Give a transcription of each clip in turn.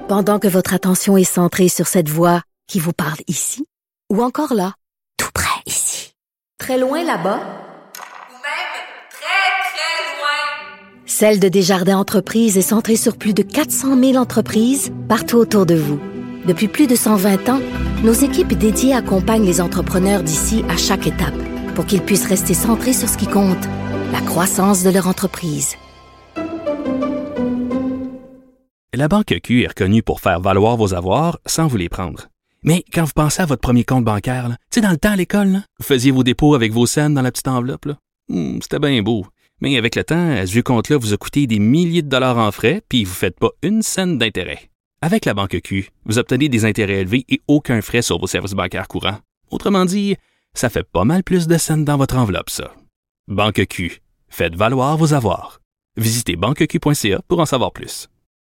Pendant que votre attention est centrée sur cette voix qui vous parle ici, ou encore là, tout près ici, très loin là-bas, ou même très, très loin. Celle de Desjardins Entreprises est centrée sur plus de 400 000 entreprises partout autour de vous. Depuis plus de 120 ans, nos équipes dédiées accompagnent les entrepreneurs d'ici à chaque étape pour qu'ils puissent rester centrés sur ce qui compte, la croissance de leur entreprise. La Banque Q est reconnue pour faire valoir vos avoirs sans vous les prendre. Mais quand vous pensez à votre premier compte bancaire, tu sais, dans le temps à l'école, là, vous faisiez vos dépôts avec vos scènes dans la petite enveloppe. C'était bien beau. Mais avec le temps, ce vieux compte-là vous a coûté des milliers de dollars en frais, puis vous ne faites pas une scène d'intérêt. Avec la Banque Q, vous obtenez des intérêts élevés et aucun frais sur vos services bancaires courants. Autrement dit, ça fait pas mal plus de scènes dans votre enveloppe, ça. Banque Q. Faites valoir vos avoirs. Visitez banqueq.ca pour en savoir plus.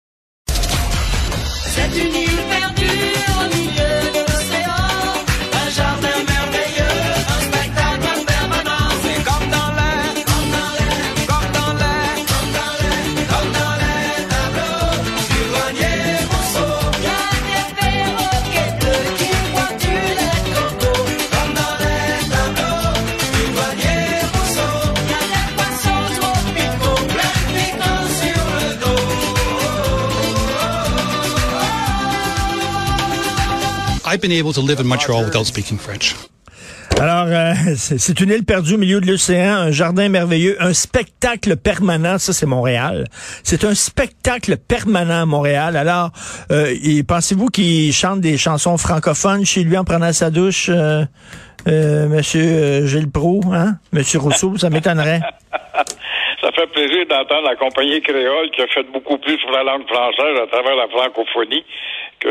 C'est une île perdue au milieu de l'océan, un jardin merveilleux, un spectacle permanent. C'est comme dans l'air, comme dans l'air, comme dans l'air, comme dans l'air, comme dans les tableaux du Grenier Rousseau. Y a des perroquets bleus qui pointuent les coteaux, comme dans les tableaux du Grenier Rousseau. Y a des poissons tropicaux, plein de piquants sur le dos. I've been able to live in Montreal without speaking French. Alors, c'est une île perdue au milieu de l'océan, un jardin merveilleux, un spectacle permanent. Ça, c'est Montréal. C'est un spectacle permanent à Montréal. Alors, pensez-vous qu'il chante des chansons francophones chez lui en prenant sa douche, Monsieur Gilles Proulx, hein? Monsieur Rousseau, ça m'étonnerait. Ça fait plaisir d'entendre la compagnie créole qui a fait beaucoup plus pour la langue française à travers la francophonie que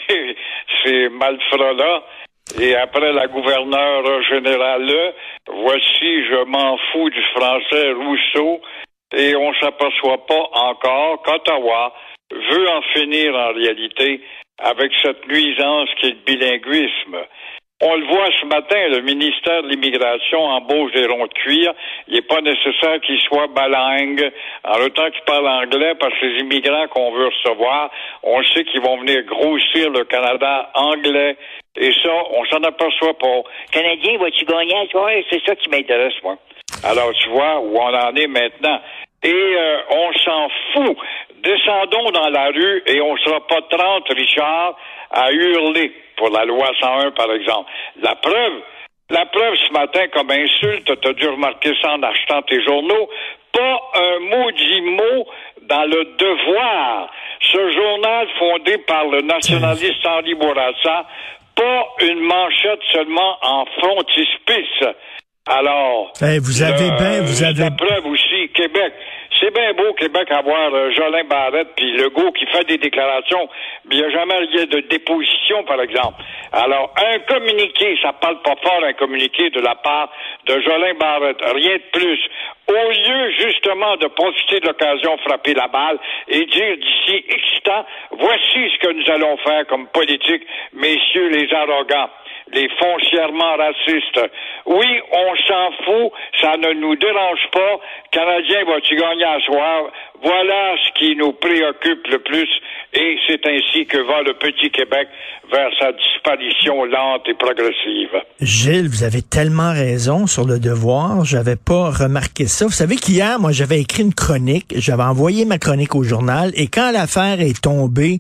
ces malfrats-là. Et après la gouverneure générale, voici je m'en fous du français Rousseau, et on s'aperçoit pas encore qu'Ottawa veut en finir en réalité avec cette nuisance qui est le bilinguisme. On le voit ce matin, le ministère de l'Immigration embauche des ronds de cuir. Il n'est pas nécessaire qu'ils soient bilingues, en le temps qu'ils parlent anglais, parce que les immigrants qu'on veut recevoir, on sait qu'ils vont venir grossir le Canada anglais. Et ça, on s'en aperçoit pas. Canadien, vas-tu gagner? Ouais, c'est ça qui m'intéresse, moi. Alors, tu vois où on en est maintenant. Et on s'en fout. Descendons dans la rue et on sera pas 30, Richard, à hurler pour la loi 101, par exemple. La preuve ce matin, comme insulte, t'as dû remarquer ça en achetant tes journaux, pas un maudit mot dans le Devoir. Ce journal fondé par le nationaliste Henri Bourassa, pas une manchette seulement en frontispice. Alors, vous avez la preuve aussi, Québec. C'est bien beau, Québec, avoir Jolin Barrette puis Legault qui fait des déclarations, mais il n'y a jamais rien de déposition, par exemple. Alors, un communiqué, ça parle pas fort, un communiqué de la part de Jolin Barrette, rien de plus. Au lieu, justement, de profiter de l'occasion, frapper la balle et dire d'ici X temps, voici ce que nous allons faire comme politique, messieurs les arrogants, les foncièrement racistes. Oui, on s'en fout, ça ne nous dérange pas. Canadien, vas-tu gagner à soir? Voilà ce qui nous préoccupe le plus, et c'est ainsi que va le petit Québec vers sa disparition lente et progressive. Gilles, vous avez tellement raison sur le Devoir, j'avais pas remarqué ça. Vous savez qu'hier, moi, j'avais écrit une chronique, j'avais envoyé ma chronique au journal, et quand l'affaire est tombée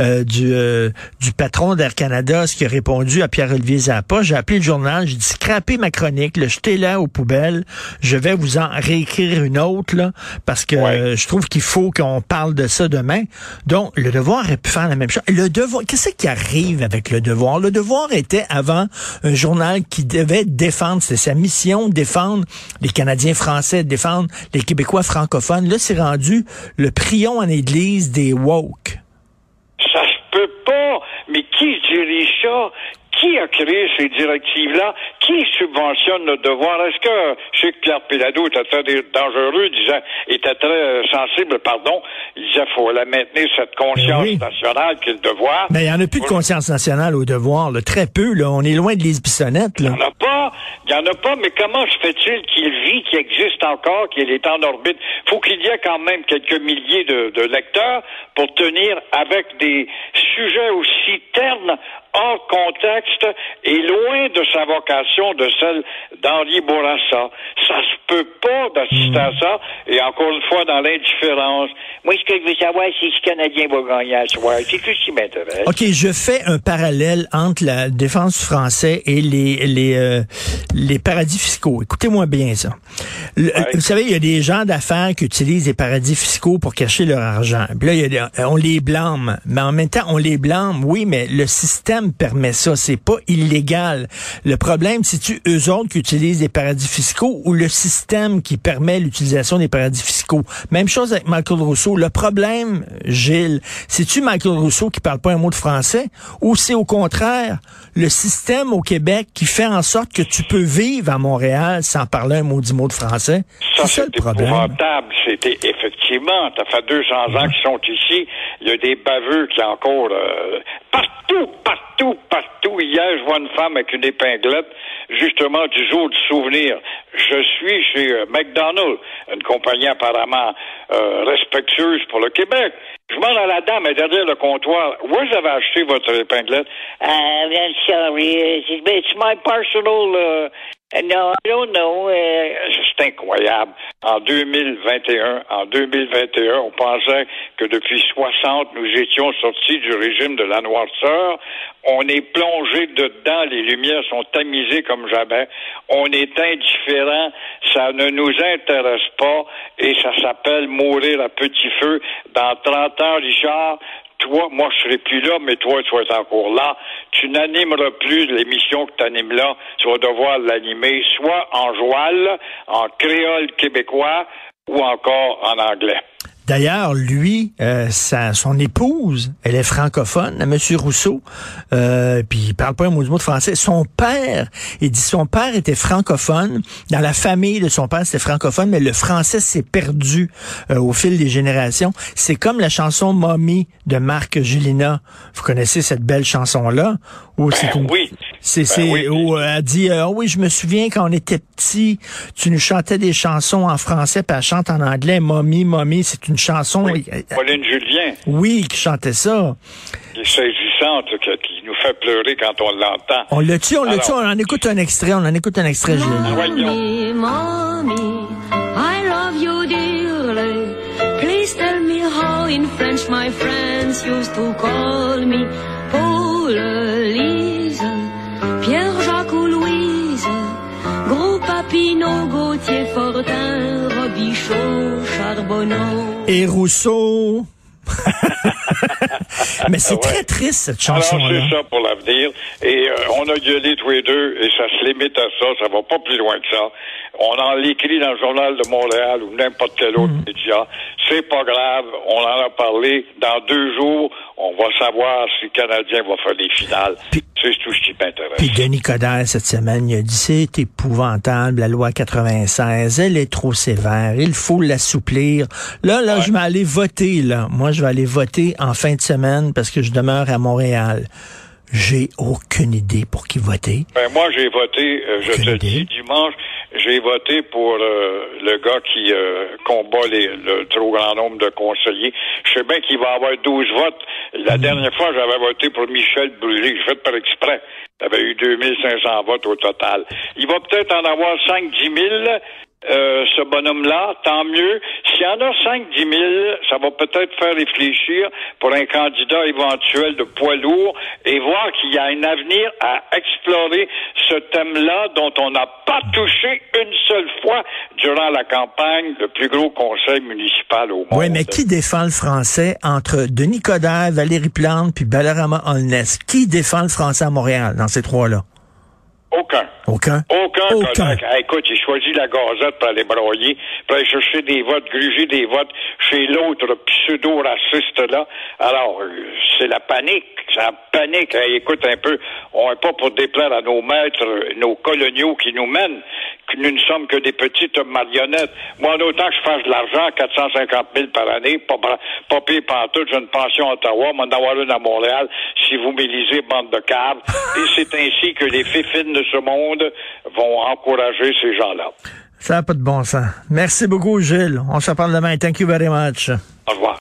du patron d'Air Canada, ce qui a répondu à Pierre-Olivier Zappa, j'ai appelé le journal, j'ai dit scrapez ma chronique, jetez-la aux poubelles, je vais vous en réécrire une autre, là, parce que je trouve qu'il faut qu'on parle de ça demain. Donc, le Devoir aurait pu faire la même chose. Le Devoir, qu'est-ce qui arrive avec le Devoir? Le Devoir était avant un journal qui devait défendre, c'était sa mission, défendre les Canadiens français, défendre les Québécois francophones. Là, c'est rendu le prion en église des woke. Ça se peut pas, mais qui dirige ça? Qui a créé ces directives-là? Qui subventionne le Devoir? Est-ce que, je sais que Pierre Péladeau était très dangereux, était très sensible, il disait faut la maintenir cette conscience nationale qui est le Devoir. Mais il n'y en a plus de conscience nationale au Devoir, là, très peu, là. On est loin de Lise Bissonnette, là. Il n'y en a pas. pas, mais comment se fait-il qu'il vit, qu'il existe encore, qu'il est en orbite? Faut qu'il y ait quand même quelques milliers de lecteurs pour tenir avec des sujets aussi ternes, hors contexte et loin de sa vocation de celle d'Henri Bourassa. Ça se peut pas d'assister à ça, et encore une fois, dans l'indifférence. Moi, ce que je veux savoir, c'est si le Canadien va gagner à ce soir. C'est tout ce qui m'intéresse. OK, je fais un parallèle entre la défense du français et les paradis fiscaux. Écoutez-moi bien ça. Vous savez, il y a des gens d'affaires qui utilisent les paradis fiscaux pour cacher leur argent. Puis là, on les blâme. Mais en même temps, on les blâme, oui, mais le système permet ça. C'est pas illégal. Le problème, c'est-tu eux autres qui utilisent les paradis fiscaux ou le système qui permet l'utilisation des paradis fiscaux? Même chose avec Michael Rousseau. Le problème, Gilles, c'est-tu Michael Rousseau qui parle pas un mot de français ou c'est au contraire le système au Québec qui fait en sorte que tu peux vivre à Montréal sans parler un maudit mot de français? C'est le problème. Épouvantable. C'était effectivement, ça fait 200 ans qu'ils sont ici. Il y a des baveux qui encore partout. Hier, je vois une femme avec une épinglette, justement du jour du souvenir. Je suis chez McDonald's, une compagnie apparemment respectueuse pour le Québec. Je demande à la dame derrière le comptoir, où vous avez acheté votre épinglette? I'm sorry, it's my personal... No, I don't know. C'est incroyable. En 2021, on pensait que depuis 60, nous étions sortis du régime de la noirceur. On est plongé dedans, les lumières sont tamisées comme jamais. On est indifférent, ça ne nous intéresse pas et ça s'appelle mourir à petit feu. Dans 30 ans, Richard, toi, moi, je serai plus là, mais toi, tu vas être encore là. Tu n'animeras plus l'émission que tu animes là. Tu vas devoir l'animer soit en joual, en créole québécois, ou encore en anglais. D'ailleurs, lui, son épouse, elle est francophone, M. Rousseau, puis il parle pas un mot de français. Son père était francophone. Dans la famille de son père, c'était francophone, mais le français s'est perdu au fil des générations. C'est comme la chanson Mommy de Marc Gélina. Vous connaissez cette belle chanson-là? Où oui. Où elle dit oui, je me souviens quand on était petit, tu nous chantais des chansons en français, puis elle chante en anglais. Mommy, c'est une chanson. Oui. Pauline Julien. Oui, qui chantait ça. Qui est saisissante, qui nous fait pleurer quand on l'entend. On en écoute un extrait. Mommy, I love you dearly. Please tell me how in French my friends used to call me. Paul, Lise, Pierre-Jacques ou Louise, Gros Papineau, Gauthier, Fortin, Robichaud, Charbonneau. Et Rousseau. Mais c'est très triste, cette chanson-là. Alors, c'est ça pour l'avenir. Et on a gueulé tous les deux, et ça se limite à ça. Ça va pas plus loin que ça. On en l'écrit dans le Journal de Montréal ou n'importe quel autre média. C'est pas grave. On en a parlé. Dans 2 jours, on va savoir si le Canadien va faire les finales. C'est tout ce qui m'intéresse. Puis Denis Coderre, cette semaine, il a dit, c'est épouvantable, la loi 96, elle est trop sévère, il faut l'assouplir. Là, ouais. Je vais aller voter, là. Moi, je vais aller voter en fin de semaine parce que je demeure à Montréal. J'ai aucune idée pour qui voter. Moi, j'ai voté, dis, dimanche, j'ai voté pour le gars qui combat le trop grand nombre de conseillers. Je sais bien qu'il va avoir 12 votes. La dernière fois, j'avais voté pour Michel Brûlé. J'ai fait par exprès. J'avais eu 2500 votes au total. Il va peut-être en avoir 5-10 000. Ce bonhomme-là, tant mieux. S'il y en a 5-10 000, ça va peut-être faire réfléchir pour un candidat éventuel de poids lourd et voir qu'il y a un avenir à explorer ce thème-là dont on n'a pas touché une seule fois durant la campagne, le plus gros conseil municipal au monde. Oui, mais qui défend le français entre Denis Coderre, Valérie Plante puis Balarama Holness? Qui défend le français à Montréal dans ces 3-là? Aucun. Écoute, j'ai choisi la Gazette pour aller broyer, pour aller chercher des votes, gruger des votes chez l'autre pseudo-raciste-là. Alors, c'est la panique. C'est la panique. Écoute un peu, on n'est pas pour déplaire à nos maîtres, nos coloniaux qui nous mènent, que nous ne sommes que des petites marionnettes. Moi, en autant que je fasse de l'argent, 450 000 par année, pas pire pantoute, j'ai une pension à Ottawa, m'en avoir une à Montréal, si vous m'élisez, bande de caves. Et c'est ainsi que les fifines de ce monde vont encourager ces gens-là. Ça n'a pas de bon sens. Merci beaucoup, Gilles. On se reparle demain. Thank you very much. Au revoir.